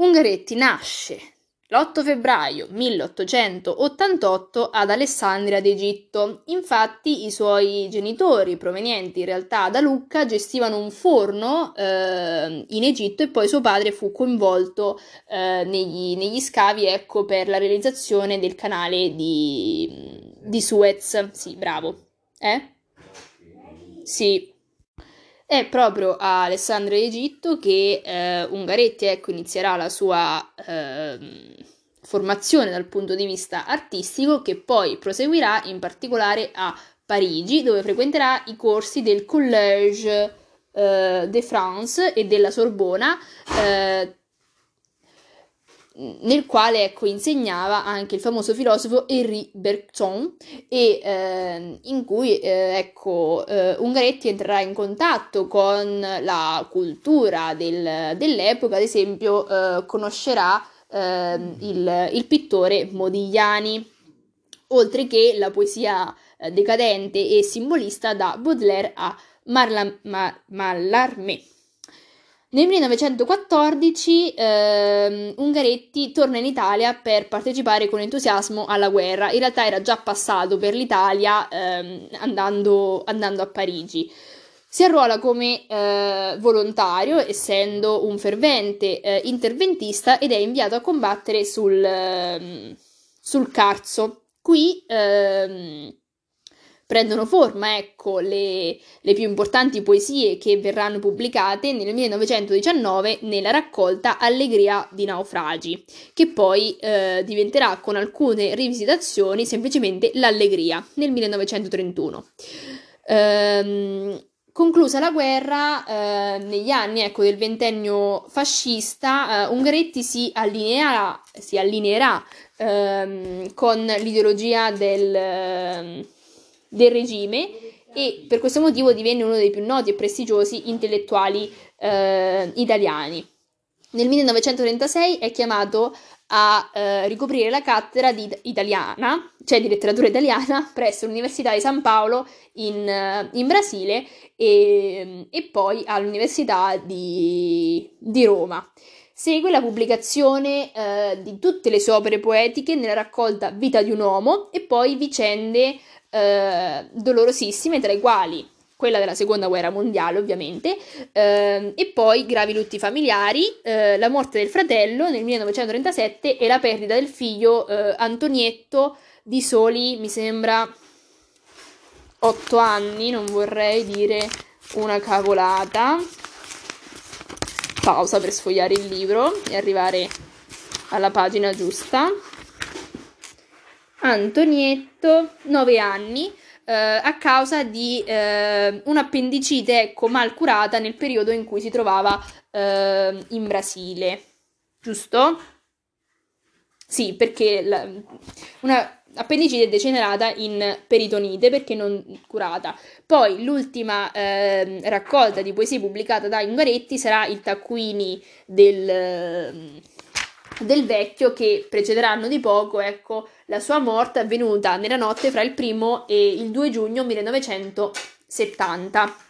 Ungaretti nasce l'8 febbraio 1888 ad Alessandria d'Egitto. Infatti i suoi genitori, provenienti in realtà da Lucca, gestivano un forno in Egitto, e poi suo padre fu coinvolto negli scavi, ecco, per la realizzazione del canale di Suez. Sì, bravo. Sì. È proprio a Alessandria d'Egitto che Ungaretti, ecco, inizierà la sua formazione dal punto di vista artistico, che poi proseguirà in particolare a Parigi, dove frequenterà i corsi del Collège de France e della Sorbona, nel quale, ecco, insegnava anche il famoso filosofo Henri Bergson, e in cui ecco, Ungaretti entrerà in contatto con la cultura dell'epoca. Ad esempio conoscerà il pittore Modigliani, oltre che la poesia decadente e simbolista da Baudelaire a Mallarmé. Nel 1914 Ungaretti torna in Italia per partecipare con entusiasmo alla guerra. In realtà era già passato per l'Italia andando a Parigi. Si arruola come volontario, essendo un fervente interventista, ed è inviato a combattere sul Carso. Qui prendono forma, ecco, le più importanti poesie che verranno pubblicate nel 1919 nella raccolta Allegria di naufragi, che poi diventerà, con alcune rivisitazioni, semplicemente l'Allegria nel 1931. Conclusa la guerra, negli anni, ecco, del ventennio fascista, Ungaretti si allineerà con l'ideologia del regime, e per questo motivo divenne uno dei più noti e prestigiosi intellettuali italiani. Nel 1936 è chiamato a ricoprire la cattedra di letteratura italiana presso l'Università di San Paolo in Brasile, e poi all'Università di Roma. Segue la pubblicazione di tutte le sue opere poetiche nella raccolta Vita di un uomo, e poi vicende dolorosissime, tra i quali quella della seconda guerra mondiale, ovviamente, e poi gravi lutti familiari, la morte del fratello nel 1937 e la perdita del figlio Antonietto, di soli, mi sembra, 8 anni, non vorrei dire una cavolata. Pausa per sfogliare il libro e arrivare alla pagina giusta. Antonietto, 9 anni, a causa di un'appendicite, ecco, mal curata nel periodo in cui si trovava in Brasile, giusto? Sì, perché una appendicite degenerata in peritonite perché non curata. Poi l'ultima raccolta di poesie pubblicata da Ungaretti sarà il Taccuini del Vecchio, che precederanno di poco, ecco, la sua morte, avvenuta nella notte fra il 1° e il 2 giugno 1970.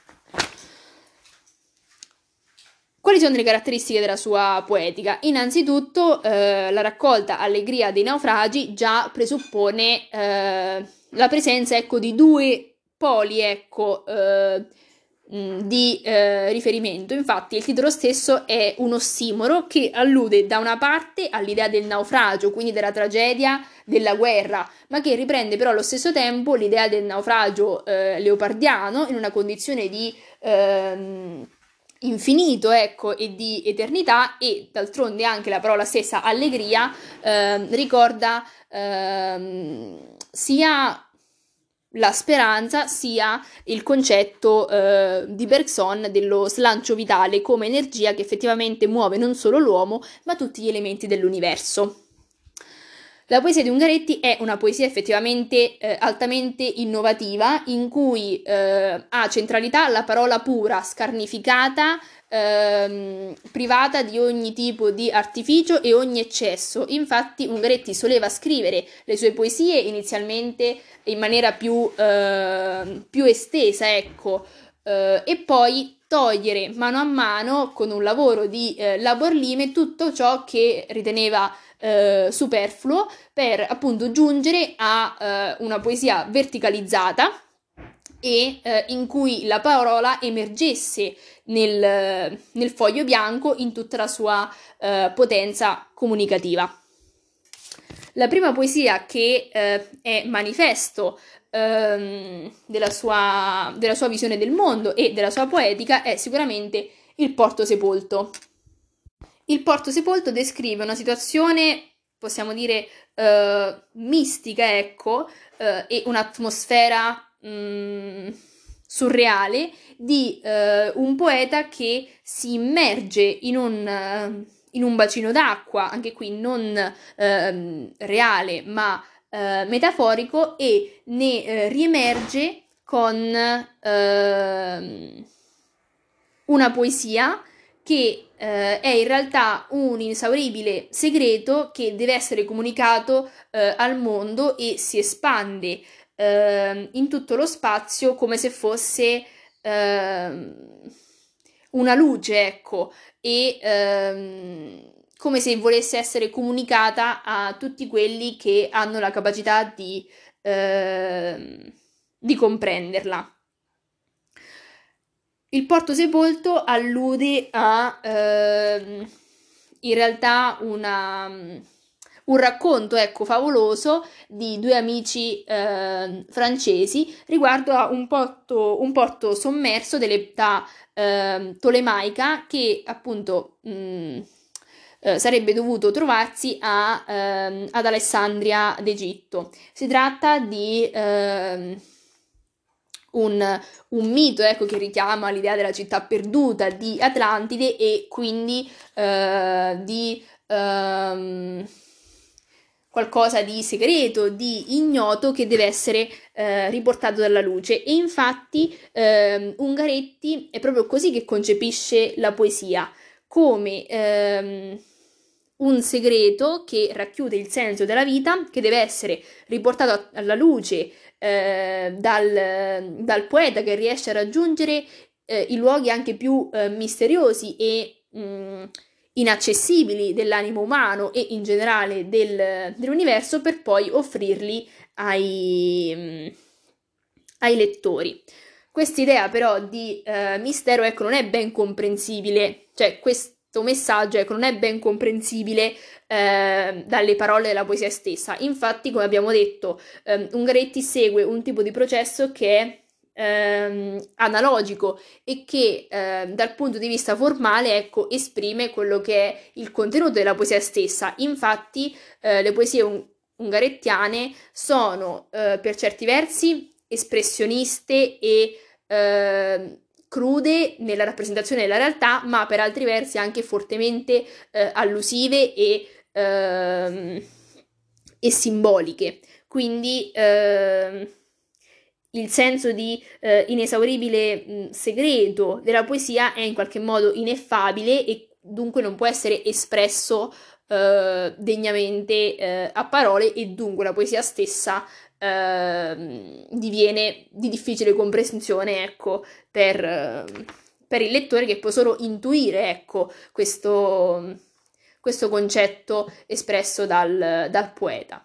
Quali sono le caratteristiche della sua poetica? Innanzitutto la raccolta Allegria dei naufragi già presuppone la presenza, ecco, di due poli, ecco, di riferimento. Infatti il titolo stesso è un ossimoro che allude da una parte all'idea del naufragio, quindi della tragedia della guerra, ma che riprende però allo stesso tempo l'idea del naufragio leopardiano in una condizione di infinito, ecco, e di eternità. E d'altronde anche la parola stessa allegria ricorda sia la speranza sia il concetto di Bergson dello slancio vitale come energia che effettivamente muove non solo l'uomo ma tutti gli elementi dell'universo. La poesia di Ungaretti è una poesia effettivamente altamente innovativa, in cui ha centralità la parola pura, scarnificata, privata di ogni tipo di artificio e ogni eccesso. Infatti Ungaretti soleva scrivere le sue poesie inizialmente in maniera più estesa, ecco, e poi togliere mano a mano con un lavoro di labor lime tutto ciò che riteneva superfluo per appunto giungere a una poesia verticalizzata e in cui la parola emergesse nel foglio bianco in tutta la sua potenza comunicativa. La prima poesia che è manifesto della sua visione del mondo e della sua poetica è sicuramente Il Porto Sepolto. Il Porto Sepolto descrive una situazione, possiamo dire, mistica, ecco, e un'atmosfera surreale di un poeta che si immerge in un bacino d'acqua, anche qui non reale ma metaforico, e ne riemerge con una poesia che è in realtà un inesauribile segreto che deve essere comunicato al mondo e si espande in tutto lo spazio come se fosse una luce, ecco, e come se volesse essere comunicata a tutti quelli che hanno la capacità di comprenderla. Il Porto Sepolto allude a in realtà un racconto, ecco, favoloso di due amici francesi riguardo a un porto sommerso dell'età tolemaica che appunto sarebbe dovuto trovarsi ad Alessandria d'Egitto. Si tratta di un mito, ecco, che richiama l'idea della città perduta di Atlantide e quindi di qualcosa di segreto, di ignoto che deve essere riportato dalla luce. E infatti Ungaretti è proprio così che concepisce la poesia, come un segreto che racchiude il senso della vita, che deve essere riportato alla luce dal poeta, che riesce a raggiungere i luoghi anche più misteriosi e inaccessibili dell'animo umano e in generale dell'universo, per poi offrirli ai lettori. Quest'idea però di mistero, ecco, non è ben comprensibile, cioè questo messaggio, ecco, non è ben comprensibile dalle parole della poesia stessa. Infatti, come abbiamo detto, Ungaretti segue un tipo di processo che è analogico e che dal punto di vista formale, ecco, esprime quello che è il contenuto della poesia stessa. Infatti, le poesie ungarettiane sono per certi versi espressioniste e crude nella rappresentazione della realtà, ma per altri versi anche fortemente allusive e simboliche. Quindi il senso di inesauribile segreto della poesia è in qualche modo ineffabile e dunque non può essere espresso degnamente a parole, e dunque la poesia stessa diviene di difficile comprensione, ecco, per il lettore, che può solo intuire, ecco, questo concetto espresso dal poeta.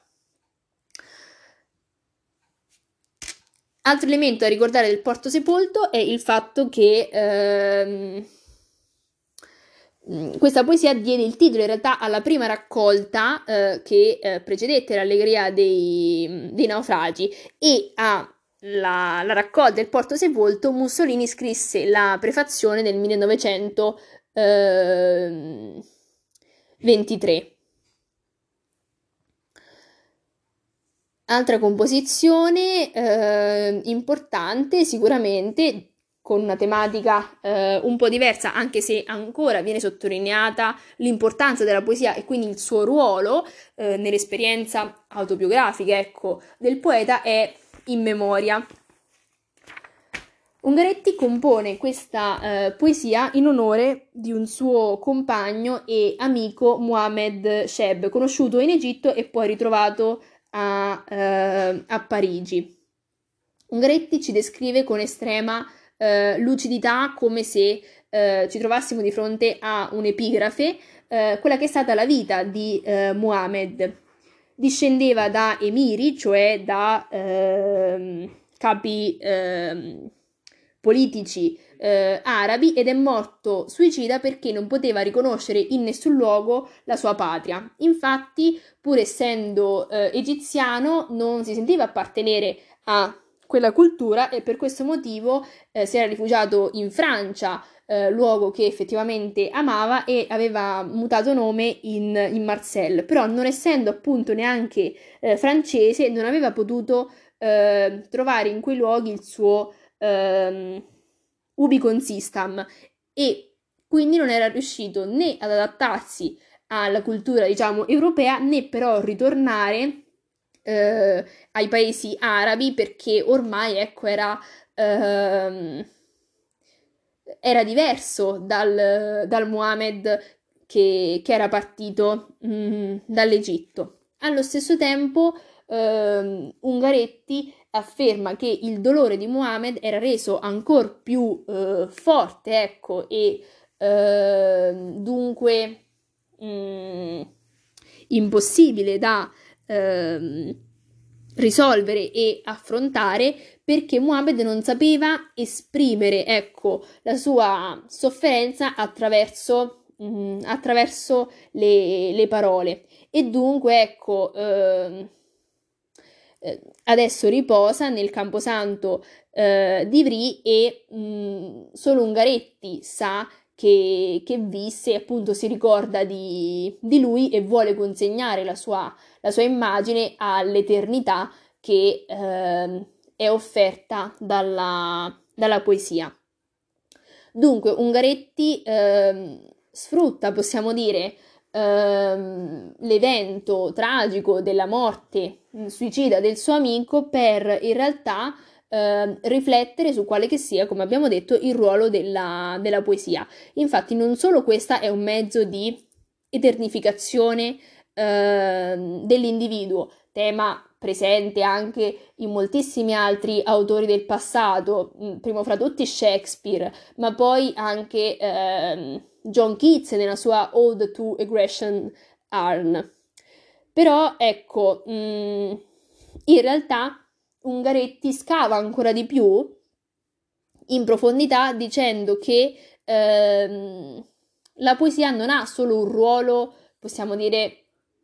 Altro elemento da ricordare del Porto Sepolto è il fatto che questa poesia diede il titolo in realtà alla prima raccolta che precedette l'Allegria dei naufragi, e alla raccolta del Porto Sepolto Mussolini scrisse la prefazione nel 1923. Altra composizione importante, sicuramente con una tematica un po' diversa, anche se ancora viene sottolineata l'importanza della poesia e quindi il suo ruolo nell'esperienza autobiografica, ecco, del poeta, è In Memoria. Ungaretti compone questa poesia in onore di un suo compagno e amico, Mohamed Sheb, conosciuto in Egitto e poi ritrovato a Parigi. Ungaretti ci descrive con estrema lucidità, come se ci trovassimo di fronte a un'epigrafe, quella che è stata la vita di Muhammad. Discendeva da emiri, cioè da capi politici arabi, ed è morto suicida perché non poteva riconoscere in nessun luogo la sua patria. Infatti, pur essendo egiziano, non si sentiva appartenere a quella cultura e per questo motivo si era rifugiato in Francia, luogo che effettivamente amava, e aveva mutato nome in Marcel. Però, non essendo appunto neanche francese, non aveva potuto trovare in quei luoghi il suo ubi consistam, e quindi non era riuscito né ad adattarsi alla cultura, diciamo, europea, né però ritornare ai paesi arabi, perché ormai, ecco, era diverso dal Muhammad che era partito dall'Egitto. Allo stesso tempo, Ungaretti afferma che il dolore di Muhammad era reso ancora più forte, ecco, e dunque impossibile da risolvere e affrontare, perché Muhammad non sapeva esprimere, ecco, la sua sofferenza attraverso le parole. E dunque, ecco, adesso riposa nel Camposanto di Ivry, e solo Ungaretti sa che visse, e appunto si ricorda di lui e vuole consegnare la sua immagine all'eternità che è offerta dalla poesia. Dunque, Ungaretti sfrutta, possiamo dire, l'evento tragico della morte suicida del suo amico per in realtà riflettere su quale che sia, come abbiamo detto, il ruolo della poesia. Infatti, non solo questa è un mezzo di eternificazione dell'individuo, tema presente anche in moltissimi altri autori del passato, primo fra tutti Shakespeare, ma poi anche John Keats nella sua Ode to Aggression Arn. Però ecco, in realtà Ungaretti scava ancora di più in profondità, dicendo che la poesia non ha solo un ruolo, possiamo dire,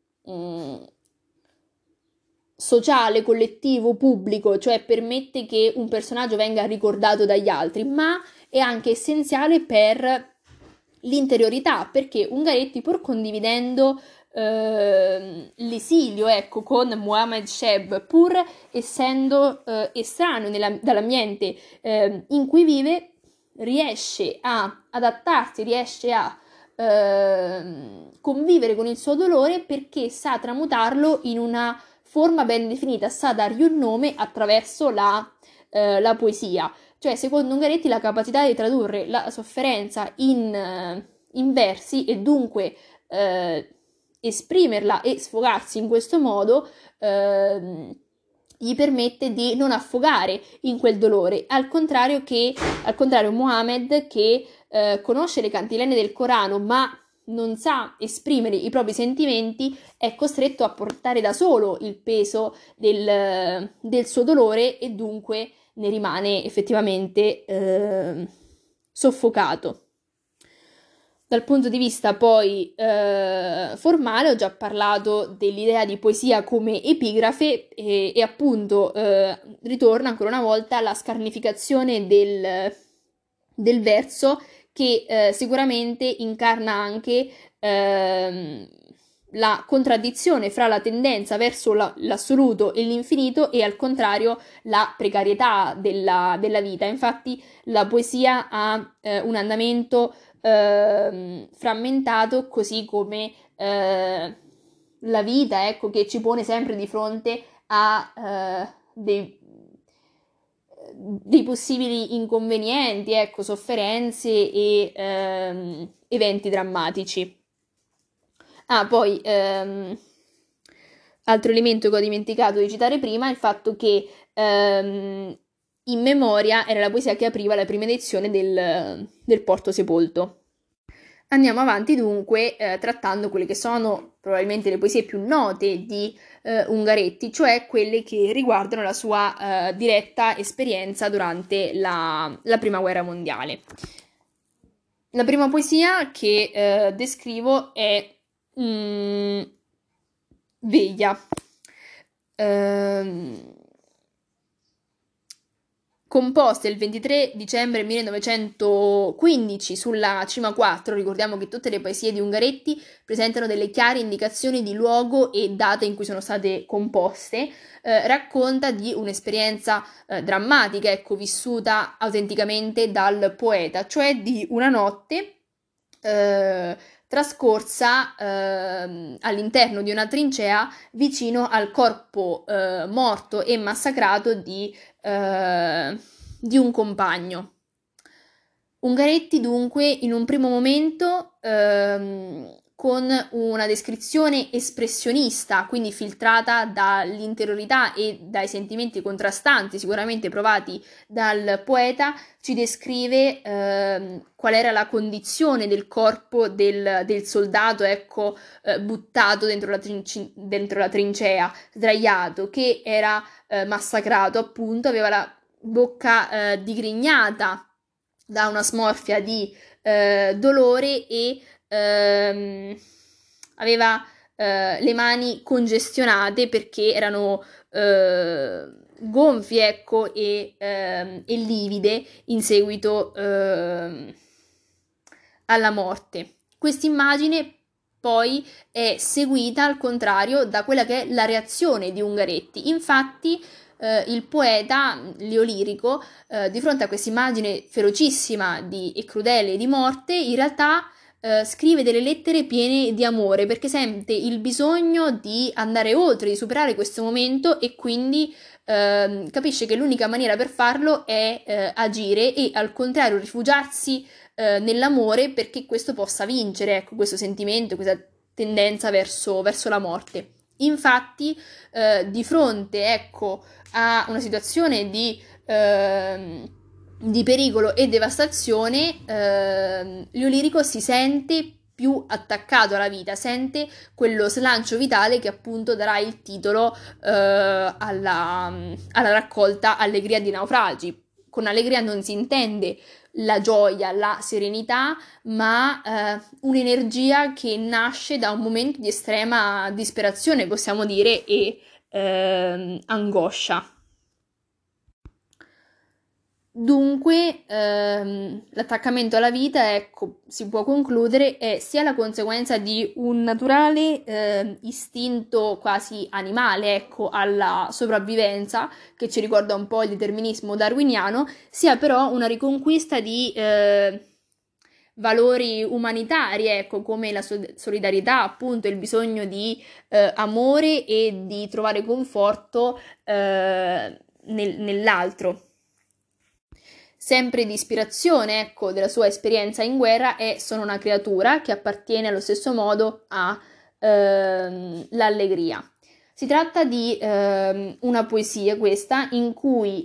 sociale, collettivo, pubblico, cioè permette che un personaggio venga ricordato dagli altri, ma è anche essenziale per l'interiorità, perché Ungaretti, pur condividendo l'esilio, ecco, con Muhammad Sheb, pur essendo estraneo dall'ambiente in cui vive, riesce a adattarsi, riesce a convivere con il suo dolore, perché sa tramutarlo in una forma ben definita, sa dargli un nome attraverso la poesia. Cioè, secondo Ungaretti, la capacità di tradurre la sofferenza in versi, e dunque esprimerla e sfogarsi in questo modo, gli permette di non affogare in quel dolore, al contrario Muhammad, che conosce le cantilene del Corano ma non sa esprimere i propri sentimenti, è costretto a portare da solo il peso del suo dolore, e dunque ne rimane effettivamente soffocato. Dal punto di vista poi formale, ho già parlato dell'idea di poesia come epigrafe, e appunto ritorna ancora una volta alla scarnificazione del verso, che sicuramente incarna anche la contraddizione fra la tendenza verso l'assoluto e l'infinito, e al contrario la precarietà della vita. Infatti la poesia ha un andamento frammentato, così come la vita, ecco, che ci pone sempre di fronte a dei possibili inconvenienti, ecco, sofferenze e eventi drammatici. Poi altro elemento che ho dimenticato di citare prima è il fatto che in memoria era la poesia che apriva la prima edizione del Porto Sepolto. Andiamo avanti dunque trattando quelle che sono probabilmente le poesie più note di Ungaretti, cioè quelle che riguardano la sua diretta esperienza durante la Prima Guerra Mondiale. La prima poesia che descrivo è Veglia. Composta il 23 dicembre 1915 sulla Cima 4, ricordiamo che tutte le poesie di Ungaretti presentano delle chiare indicazioni di luogo e data in cui sono state composte, racconta di un'esperienza drammatica, ecco, vissuta autenticamente dal poeta, cioè di una notte trascorsa all'interno di una trincea vicino al corpo morto e massacrato di un compagno. Ungaretti dunque in un primo momento con una descrizione espressionista, quindi filtrata dall'interiorità e dai sentimenti contrastanti sicuramente provati dal poeta, ci descrive qual era la condizione del corpo del soldato, ecco, buttato dentro la trincea, sdraiato, che era massacrato, appunto, aveva la bocca digrignata da una smorfia di dolore e aveva le mani congestionate perché erano gonfie, ecco, e livide in seguito alla morte. Questa immagine poi è seguita al contrario da quella che è la reazione di Ungaretti. Infatti il poeta leolirico di fronte a questa immagine ferocissima e crudele di morte, in realtà scrive delle lettere piene di amore perché sente il bisogno di andare oltre, di superare questo momento e quindi capisce che l'unica maniera per farlo è agire e al contrario rifugiarsi nell'amore perché questo possa vincere, ecco, questo sentimento, questa tendenza verso la morte. Infatti, di fronte, ecco, a una situazione di pericolo e devastazione, Leolirico si sente più attaccato alla vita, sente quello slancio vitale che appunto darà il titolo alla raccolta Allegria di naufragi. Con allegria non si intende la gioia, la serenità, ma un'energia che nasce da un momento di estrema disperazione, possiamo dire, e angoscia. Dunque, l'attaccamento alla vita, ecco, si può concludere, è sia la conseguenza di un naturale istinto quasi animale, ecco, alla sopravvivenza, che ci ricorda un po' il determinismo darwiniano, sia però una riconquista di valori umanitari, ecco, come la solidarietà, appunto, il bisogno di amore e di trovare conforto nell'altro. Sempre di ispirazione, ecco, della sua esperienza in guerra è Sono una creatura, che appartiene allo stesso modo a l'allegria. Si tratta di una poesia questa in cui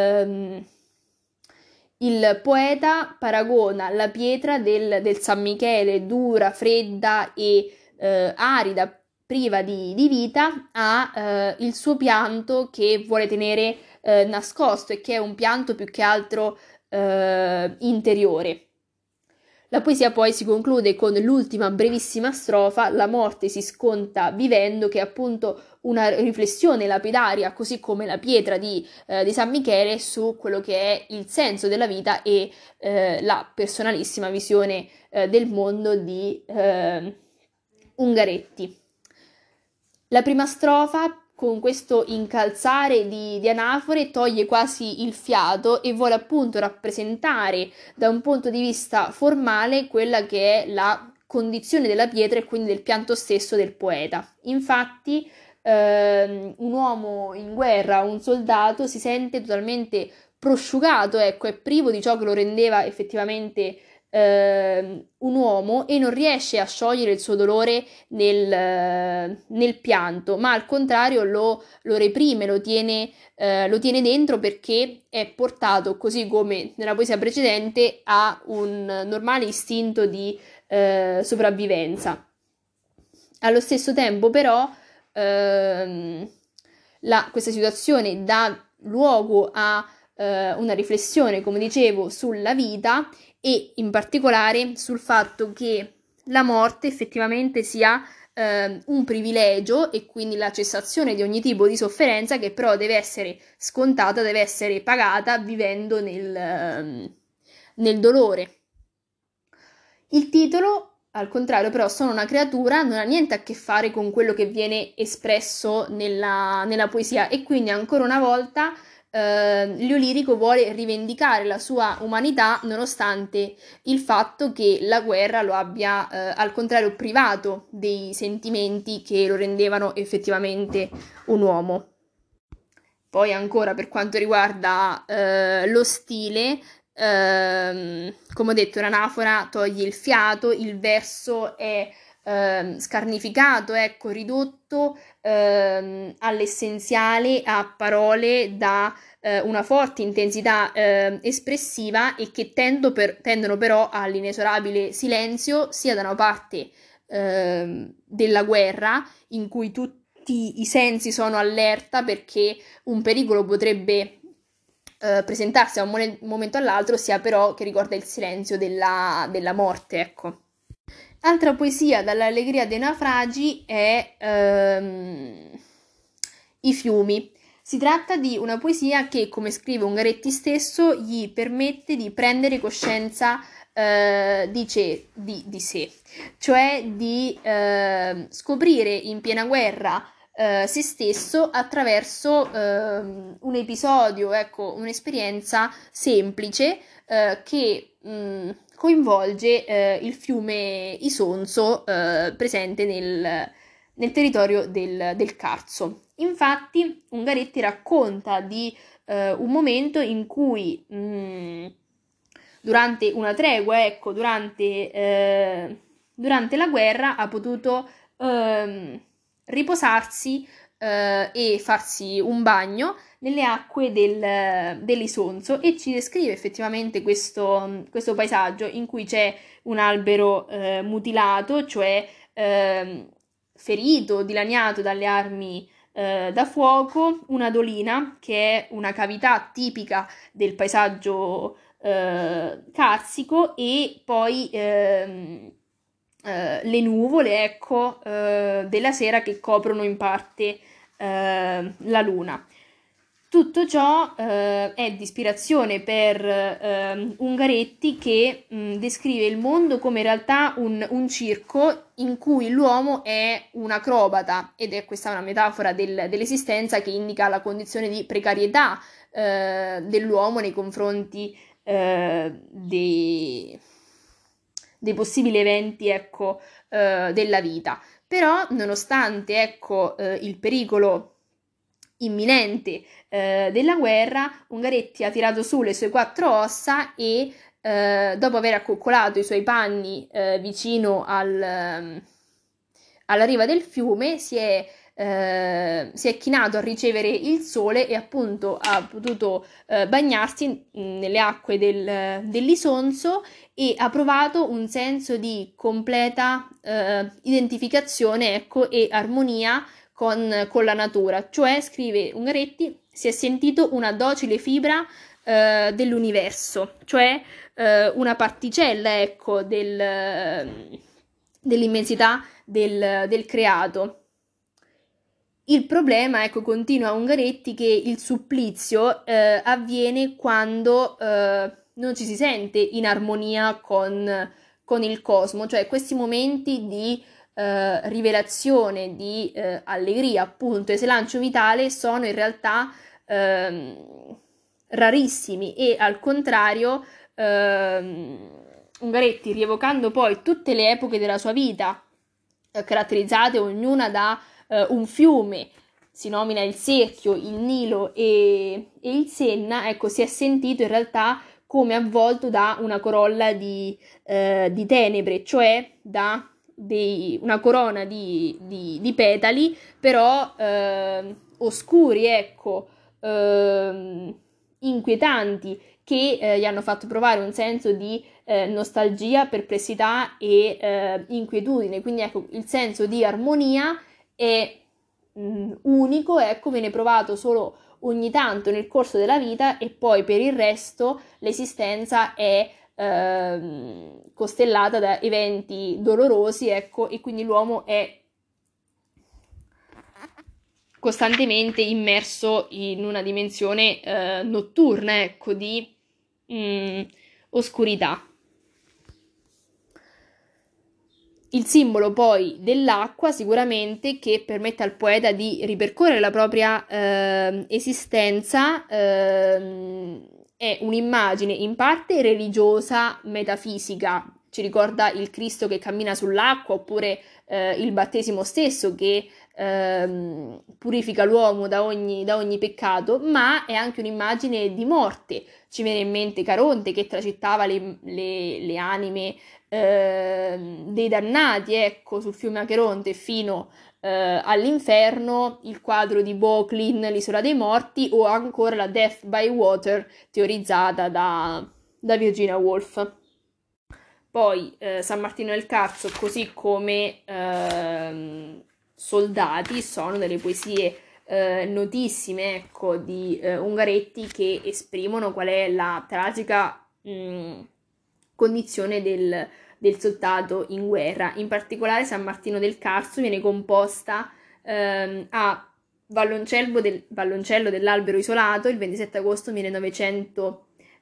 il poeta paragona la pietra del San Michele, dura, fredda e arida, priva di vita, a il suo pianto che vuole tenere nascosto e che è un pianto più che altro interiore. La poesia poi si conclude con l'ultima brevissima strofa, la morte si sconta vivendo, che è appunto una riflessione lapidaria, così come la pietra di San Michele, su quello che è il senso della vita e la personalissima visione del mondo di Ungaretti. La prima strofa, con questo incalzare di anafore, toglie quasi il fiato e vuole appunto rappresentare da un punto di vista formale quella che è la condizione della pietra e quindi del pianto stesso del poeta. Infatti un uomo in guerra, un soldato, si sente totalmente prosciugato, ecco, è privo di ciò che lo rendeva effettivamente un uomo e non riesce a sciogliere il suo dolore nel pianto, ma al contrario lo reprime, lo tiene dentro perché è portato, così come nella poesia precedente, a un normale istinto di sopravvivenza. Allo stesso tempo, però, questa situazione dà luogo a una riflessione, come dicevo, sulla vita e in particolare sul fatto che la morte effettivamente sia un privilegio e quindi la cessazione di ogni tipo di sofferenza che però deve essere scontata, deve essere pagata vivendo nel dolore. Il titolo, al contrario, però, Sono una creatura, non ha niente a che fare con quello che viene espresso nella poesia e quindi ancora una volta Lio Lirico vuole rivendicare la sua umanità nonostante il fatto che la guerra lo abbia al contrario privato dei sentimenti che lo rendevano effettivamente un uomo. Poi ancora per quanto riguarda lo stile, come ho detto, l'anafora toglie il fiato, il verso è scarnificato, ecco, ridotto all'essenziale, a parole da una forte intensità espressiva e che tendono però all'inesorabile silenzio, sia da una parte della guerra, in cui tutti i sensi sono allerta perché un pericolo potrebbe presentarsi da un momento all'altro, sia però che ricorda il silenzio della morte, ecco. Altra poesia dall'Allegria dei naufragi è I fiumi. Si tratta di una poesia che, come scrive Ungaretti stesso, gli permette di prendere coscienza di sé, cioè di scoprire in piena guerra se stesso attraverso un episodio, ecco, un'esperienza semplice che coinvolge il fiume Isonzo presente nel territorio del Carso. Infatti, Ungaretti racconta di un momento in cui durante una tregua, ecco, durante la guerra ha potuto riposarsi e farsi un bagno nelle acque dell'Isonzo e ci descrive effettivamente questo paesaggio in cui c'è un albero mutilato, cioè ferito, dilaniato dalle armi da fuoco, una dolina che è una cavità tipica del paesaggio carsico e poi le nuvole, ecco, della sera che coprono in parte la luna. Tutto ciò è di ispirazione per Ungaretti che descrive il mondo come in realtà un circo in cui l'uomo è un acrobata ed è questa una metafora dell'esistenza che indica la condizione di precarietà dell'uomo nei confronti dei possibili eventi, ecco, della vita. Però, nonostante, ecco, il pericolo imminente della guerra, Ungaretti ha tirato su le sue 4 ossa e dopo aver accoccolato i suoi panni vicino alla riva del fiume si è chinato a ricevere il sole e appunto ha potuto bagnarsi nelle acque dell'Isonzo e ha provato un senso di completa identificazione, ecco, e armonia con la natura, cioè, scrive Ungaretti, si è sentito una docile fibra dell'universo, cioè una particella, ecco, dell'immensità del creato. Il problema, ecco, continua Ungaretti, che il supplizio avviene quando non ci si sente in armonia con il cosmo, cioè questi momenti di rivelazione, di allegria, appunto, e slancio vitale sono in realtà rarissimi e al contrario Ungaretti, rievocando poi tutte le epoche della sua vita caratterizzate ognuna da un fiume, si nomina il Secchio, il Nilo e il Senna, ecco, si è sentito in realtà come avvolto da una corolla di tenebre, cioè da una corona di petali, però oscuri, ecco, inquietanti, che gli hanno fatto provare un senso di nostalgia, perplessità e inquietudine. Quindi ecco, il senso di armonia è unico, ecco, viene provato solo ogni tanto nel corso della vita, e poi per il resto l'esistenza è costellata da eventi dolorosi, ecco, e quindi l'uomo è costantemente immerso in una dimensione notturna, ecco, di oscurità. Il simbolo poi dell'acqua, sicuramente, che permette al poeta di ripercorrere la propria esistenza, è un'immagine in parte religiosa, metafisica, ci ricorda il Cristo che cammina sull'acqua, oppure il battesimo stesso che purifica l'uomo da ogni peccato, ma è anche un'immagine di morte. Ci viene in mente Caronte che tracittava le anime dei dannati, ecco, sul fiume Acheronte fino all'inferno, il quadro di Böcklin, L'isola dei morti, o ancora la Death by Water teorizzata da Virginia Woolf. Poi San Martino del Carso, così come Soldati, sono delle poesie notissime, ecco, di Ungaretti, che esprimono qual è la tragica condizione del soldato in guerra. In particolare San Martino del Carso viene composta a Valloncello dell'Albero Isolato il 27 agosto 1900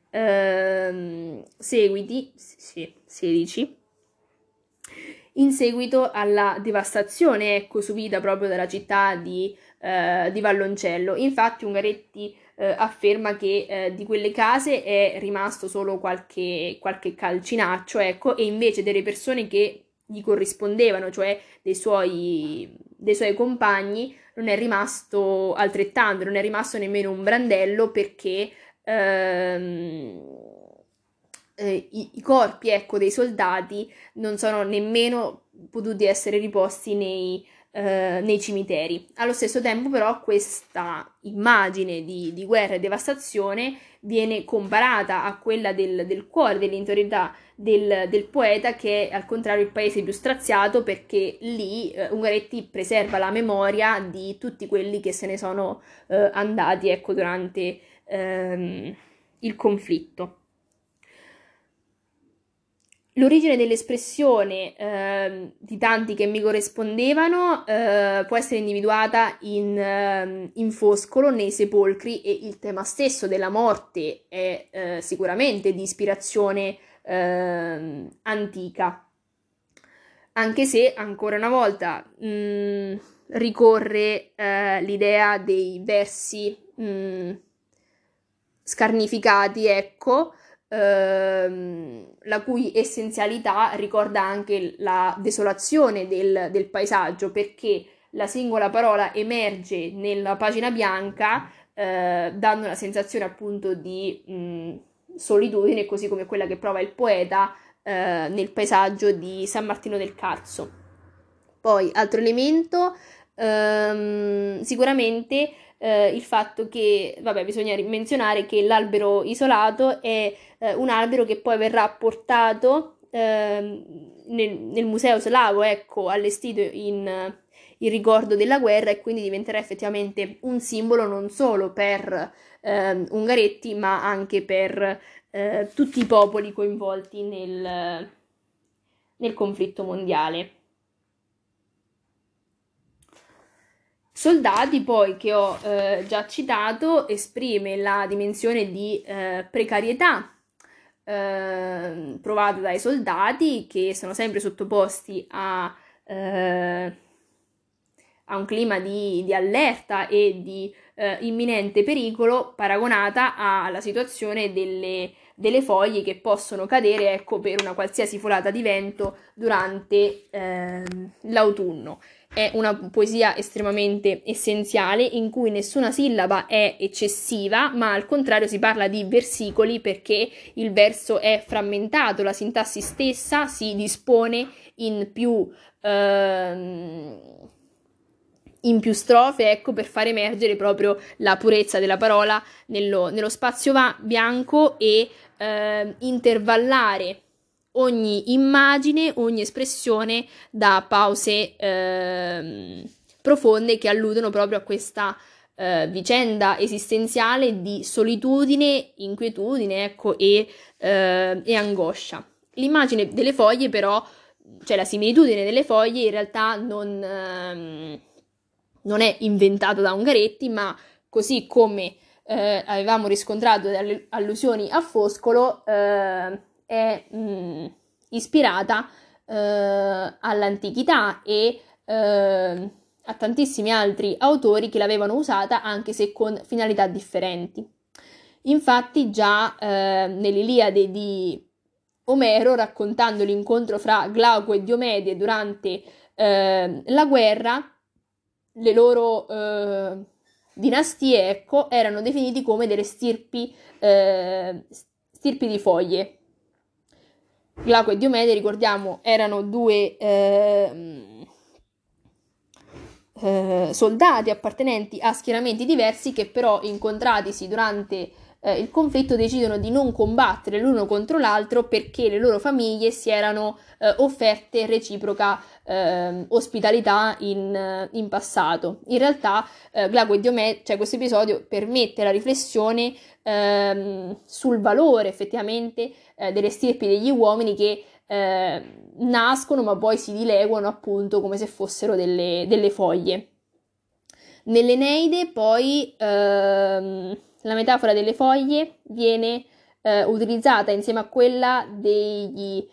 seguiti, sì, 16, in seguito alla devastazione, ecco, subita proprio dalla città di Valloncello. Infatti Ungaretti afferma che di quelle case è rimasto solo qualche calcinaccio, ecco, e invece delle persone che gli corrispondevano, cioè dei suoi compagni, non è rimasto altrettanto, non è rimasto nemmeno un brandello, perché i corpi, ecco, dei soldati non sono nemmeno potuti essere riposti nei cimiteri. Allo stesso tempo, però, questa immagine di guerra e devastazione viene comparata a quella del cuore, dell'interiorità del poeta, che è al contrario il paese più straziato, perché lì Ungaretti preserva la memoria di tutti quelli che se ne sono andati, ecco, durante il conflitto. L'origine dell'espressione di tanti che mi corrispondevano può essere individuata in Foscolo, nei sepolcri, e il tema stesso della morte è sicuramente di ispirazione antica, anche se ancora una volta ricorre l'idea dei versi scarnificati, ecco, la cui essenzialità ricorda anche la desolazione del paesaggio, perché la singola parola emerge nella pagina bianca, dando la sensazione appunto di solitudine, così come quella che prova il poeta nel paesaggio di San Martino del Carso. Poi, altro elemento, sicuramente il fatto che, vabbè, bisogna menzionare che l'albero isolato è un albero che poi verrà portato nel museo slavo, ecco, allestito in ricordo della guerra, e quindi diventerà effettivamente un simbolo non solo per Ungaretti, ma anche per tutti i popoli coinvolti nel conflitto mondiale. Soldati, poi, che ho già citato, esprime la dimensione di precarietà provata dai soldati, che sono sempre sottoposti a un clima di allerta e di imminente pericolo, paragonata alla situazione delle delle foglie che possono cadere, ecco, per una qualsiasi folata di vento durante l'autunno. È una poesia estremamente essenziale in cui nessuna sillaba è eccessiva, ma al contrario si parla di versicoli perché il verso è frammentato, la sintassi stessa si dispone in più strofe, ecco, per far emergere proprio la purezza della parola nello spazio bianco e intervallare ogni immagine, ogni espressione da pause profonde che alludono proprio a questa vicenda esistenziale di solitudine, inquietudine, ecco, e angoscia. L'immagine delle foglie però, cioè la similitudine delle foglie in realtà non è inventata da Ungaretti, ma così come avevamo riscontrato dalle allusioni a Foscolo, è ispirata all'antichità e a tantissimi altri autori che l'avevano usata, anche se con finalità differenti. Infatti già nell'Iliade di Omero, raccontando l'incontro fra Glauco e Diomede durante la guerra, le loro dinastie, ecco, erano definiti come delle stirpi di foglie. Glauco e Diomede, ricordiamo, erano due soldati appartenenti a schieramenti diversi che però, incontratisi durante il conflitto, decidono di non combattere l'uno contro l'altro perché le loro famiglie si erano offerte reciproca ospitalità in passato. In realtà Glauco e Diomede, cioè questo episodio permette la riflessione sul valore effettivamente delle stirpi degli uomini che nascono ma poi si dileguano appunto come se fossero delle foglie. Nell'Eneide poi la metafora delle foglie viene utilizzata insieme a quella degli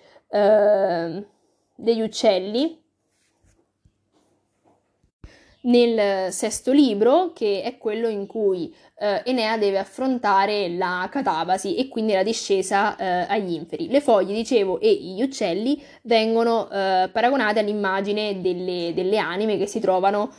uccelli nel sesto libro, che è quello in cui Enea deve affrontare la catabasi e quindi la discesa agli inferi. Le foglie, dicevo, e gli uccelli vengono paragonate all'immagine delle anime che si trovano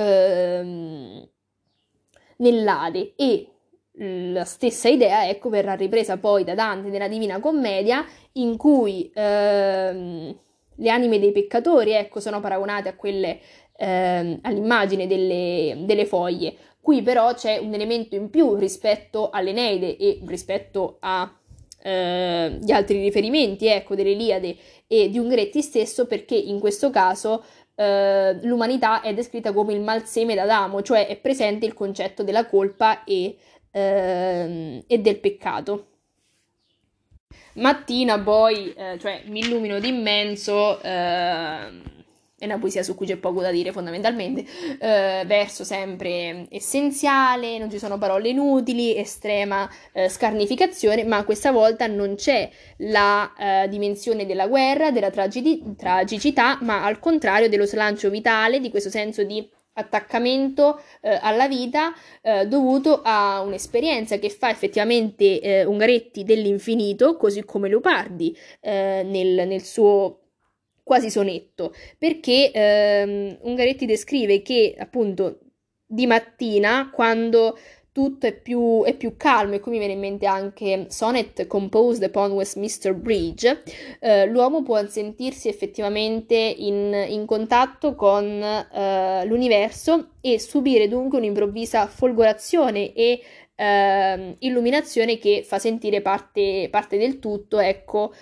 nell'Ade, e la stessa idea, ecco, verrà ripresa poi da Dante nella Divina Commedia, in cui le anime dei peccatori, ecco, sono paragonate a quelle all'immagine delle foglie. Qui però c'è un elemento in più rispetto all'Eneide e rispetto a gli altri riferimenti, ecco, dell'Iliade e di Ungaretti stesso, perché in questo caso l'umanità è descritta come il malseme d'Adamo, cioè è presente il concetto della colpa e del peccato. Mattina poi, cioè mi illumino d'immenso, è una poesia su cui c'è poco da dire fondamentalmente, verso sempre essenziale, non ci sono parole inutili, estrema scarnificazione, ma questa volta non c'è la dimensione della guerra, della tragicità, ma al contrario dello slancio vitale, di questo senso di attaccamento alla vita dovuto a un'esperienza che fa effettivamente Ungaretti dell'infinito, così come Leopardi nel suo quasi sonetto, perché Ungaretti descrive che appunto di mattina, quando tutto è più calmo, e qui mi viene in mente anche Sonnet Composed upon Westminster Bridge, l'uomo può sentirsi effettivamente in contatto con l'universo e subire dunque un'improvvisa folgorazione e illuminazione che fa sentire parte del tutto, ecco,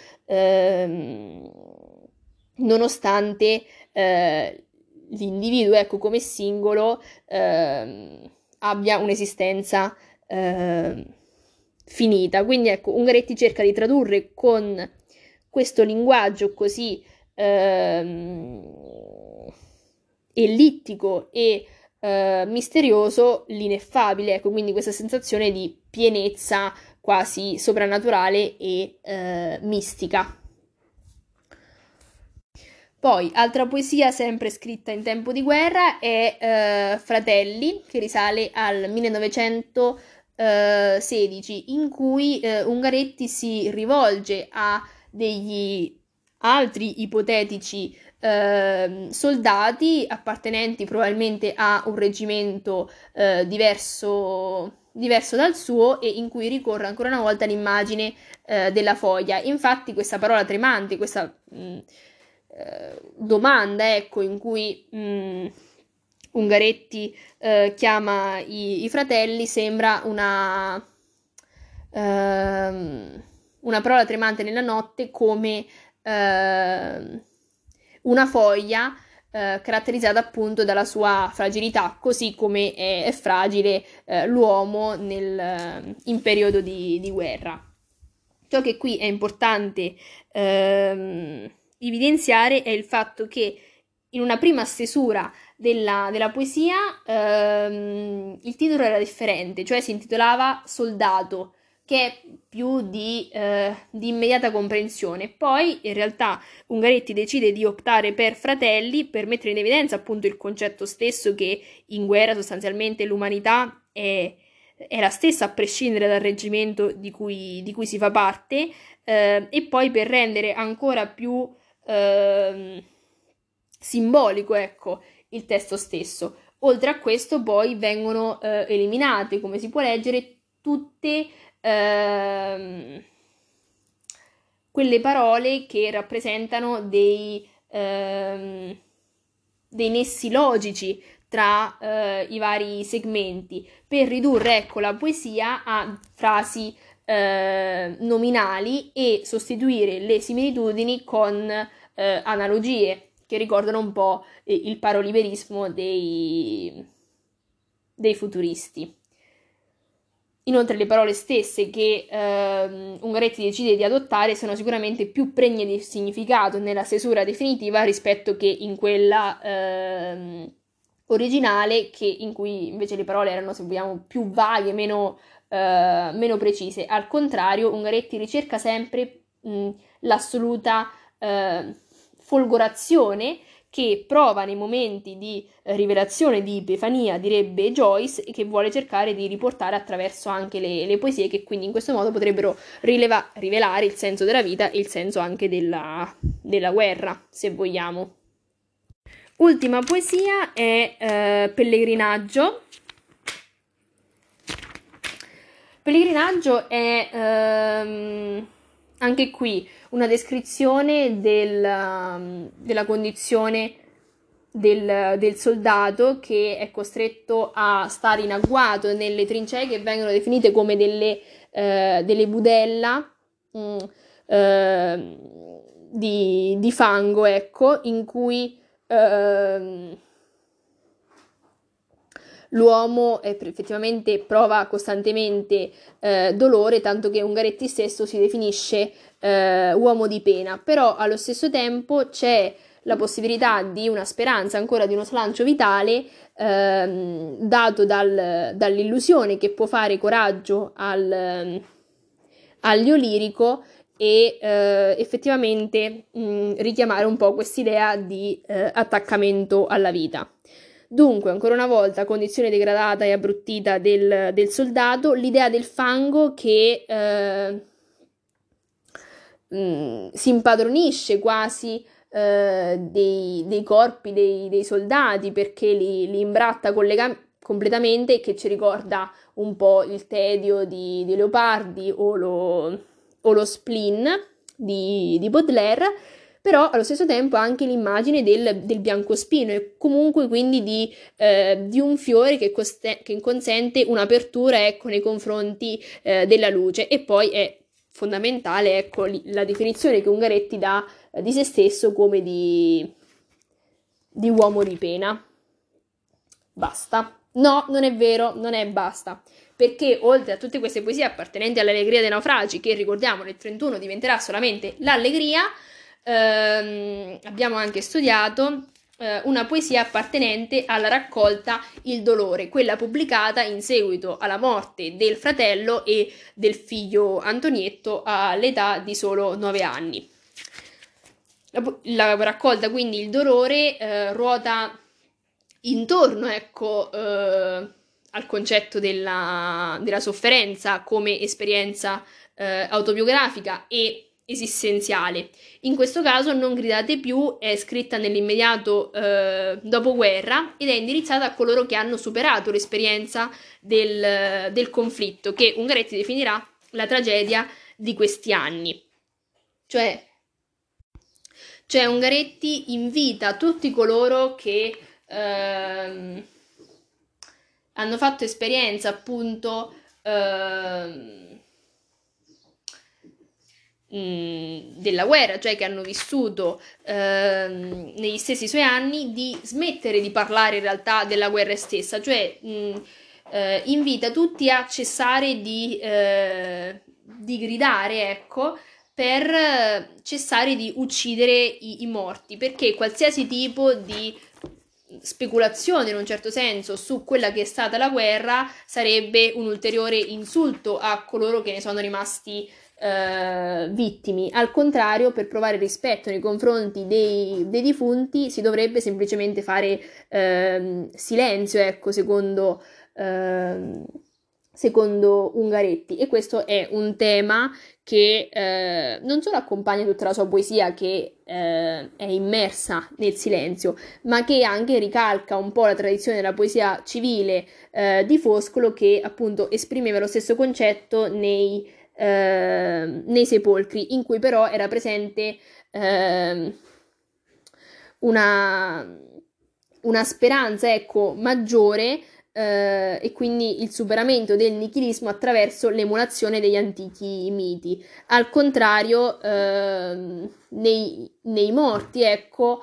nonostante l'individuo, ecco, come singolo abbia un'esistenza finita. Quindi ecco, Ungaretti cerca di tradurre con questo linguaggio così ellittico e misterioso l'ineffabile, ecco, quindi questa sensazione di pienezza quasi soprannaturale e mistica. Poi, altra poesia sempre scritta in tempo di guerra è Fratelli, che risale al 1939, XVI, in cui Ungaretti si rivolge a degli altri ipotetici soldati appartenenti probabilmente a un reggimento diverso dal suo, e in cui ricorre ancora una volta l'immagine della foglia. Infatti questa parola tremante, questa domanda, ecco, in cui Ungaretti chiama i fratelli, sembra una parola tremante nella notte, come una foglia caratterizzata appunto dalla sua fragilità, così come è fragile l'uomo in periodo di guerra. Ciò che qui è importante evidenziare è il fatto che in una prima stesura della poesia il titolo era differente, cioè si intitolava Soldato, che è più di immediata comprensione. Poi in realtà Ungaretti decide di optare per Fratelli per mettere in evidenza appunto il concetto stesso che in guerra sostanzialmente l'umanità è la stessa a prescindere dal reggimento di cui si fa parte, e poi per rendere ancora più simbolico, ecco, il testo stesso. Oltre a questo poi vengono eliminate, come si può leggere, tutte quelle parole che rappresentano dei nessi logici tra i vari segmenti, per ridurre, ecco, la poesia a frasi nominali e sostituire le similitudini con analogie che ricordano un po' il paroliberismo dei futuristi. Inoltre le parole stesse che Ungaretti decide di adottare sono sicuramente più pregne di significato nella stesura definitiva rispetto che in quella originale, in cui invece le parole erano, se vogliamo, più vaghe, meno precise. Al contrario, Ungaretti ricerca sempre l'assoluta folgorazione che prova nei momenti di rivelazione, di epifania, direbbe Joyce, e che vuole cercare di riportare attraverso anche le poesie, che quindi in questo modo potrebbero rivelare il senso della vita e il senso anche della guerra, se vogliamo. Ultima poesia è Pellegrinaggio. Pellegrinaggio è anche qui una descrizione della condizione del soldato che è costretto a stare in agguato nelle trincee che vengono definite come delle budella di fango, ecco, in cui l'uomo effettivamente prova costantemente dolore, tanto che Ungaretti stesso si definisce uomo di pena, però allo stesso tempo c'è la possibilità di una speranza, ancora di uno slancio vitale, dato dall'illusione che può fare coraggio all'io lirico e effettivamente richiamare un po' quest'idea di attaccamento alla vita. Dunque, ancora una volta, condizione degradata e abbruttita del soldato, l'idea del fango che si impadronisce quasi dei corpi dei soldati, perché li imbratta completamente, e che ci ricorda un po' il tedio di Leopardi o lo spleen di Baudelaire. Però allo stesso tempo anche l'immagine del biancospino, e comunque quindi di un fiore che consente un'apertura, ecco, nei confronti della luce. E poi è fondamentale, ecco, la definizione che Ungaretti dà di se stesso come di uomo di pena. Basta. No, non è vero, non è basta. Perché oltre a tutte queste poesie appartenenti all'allegria dei naufragi, che ricordiamo nel 31 diventerà solamente l'allegria, abbiamo anche studiato una poesia appartenente alla raccolta Il dolore, quella pubblicata in seguito alla morte del fratello e del figlio Antonietto all'età di solo 9 anni. La raccolta, quindi Il dolore, ruota intorno, ecco, al concetto della sofferenza come esperienza autobiografica e esistenziale. In questo caso Non gridate più è scritta nell'immediato dopoguerra ed è indirizzata a coloro che hanno superato l'esperienza del conflitto, che Ungaretti definirà la tragedia di questi anni. Cioè Ungaretti invita tutti coloro che hanno fatto esperienza appunto della guerra, cioè che hanno vissuto negli stessi suoi anni, di smettere di parlare in realtà della guerra stessa, cioè invita tutti a cessare di gridare, ecco, per cessare di uccidere i morti, perché qualsiasi tipo di speculazione in un certo senso su quella che è stata la guerra sarebbe un ulteriore insulto a coloro che ne sono rimasti vittimi. Al contrario, per provare rispetto nei confronti dei defunti si dovrebbe semplicemente fare silenzio, ecco, secondo Ungaretti, e questo è un tema che non solo accompagna tutta la sua poesia, che è immersa nel silenzio, ma che anche ricalca un po' la tradizione della poesia civile di Foscolo, che appunto esprimeva lo stesso concetto nei sepolcri, in cui però era presente una speranza, ecco, maggiore, e quindi il superamento del nichilismo attraverso l'emulazione degli antichi miti. Al contrario, nei morti, ecco,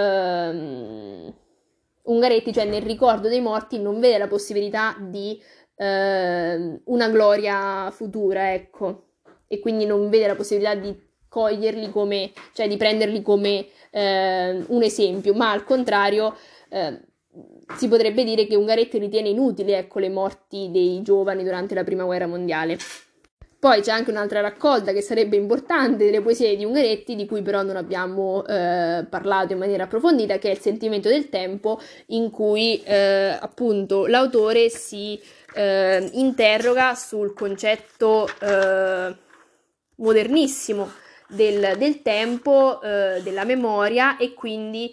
Ungaretti, cioè nel ricordo dei morti, non vede la possibilità di una gloria futura, ecco, e quindi non vede la possibilità di coglierli come, cioè di prenderli come un esempio, ma al contrario si potrebbe dire che Ungaretti ritiene inutili, ecco, le morti dei giovani durante la prima guerra mondiale. Poi c'è anche un'altra raccolta che sarebbe importante delle poesie di Ungaretti, di cui però non abbiamo parlato in maniera approfondita, che è Il sentimento del tempo, in cui appunto l'autore si interroga sul concetto modernissimo del tempo, della memoria e quindi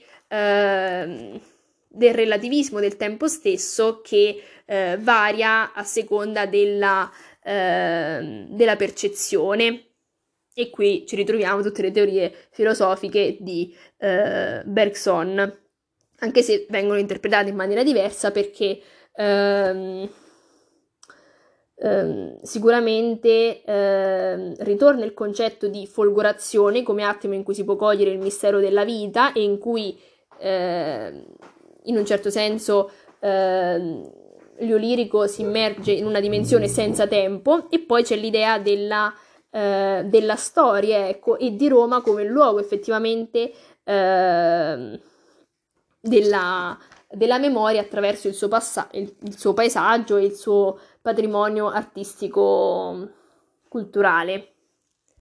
del relativismo del tempo stesso, che varia a seconda della percezione. E qui ci ritroviamo tutte le teorie filosofiche di Bergson, anche se vengono interpretate in maniera diversa, perché sicuramente ritorna il concetto di folgorazione come attimo in cui si può cogliere il mistero della vita e in cui in un certo senso l'olirico si immerge in una dimensione senza tempo. E poi c'è l'idea della storia, ecco, e di Roma come luogo effettivamente della memoria attraverso il suo paesaggio e il suo patrimonio artistico culturale.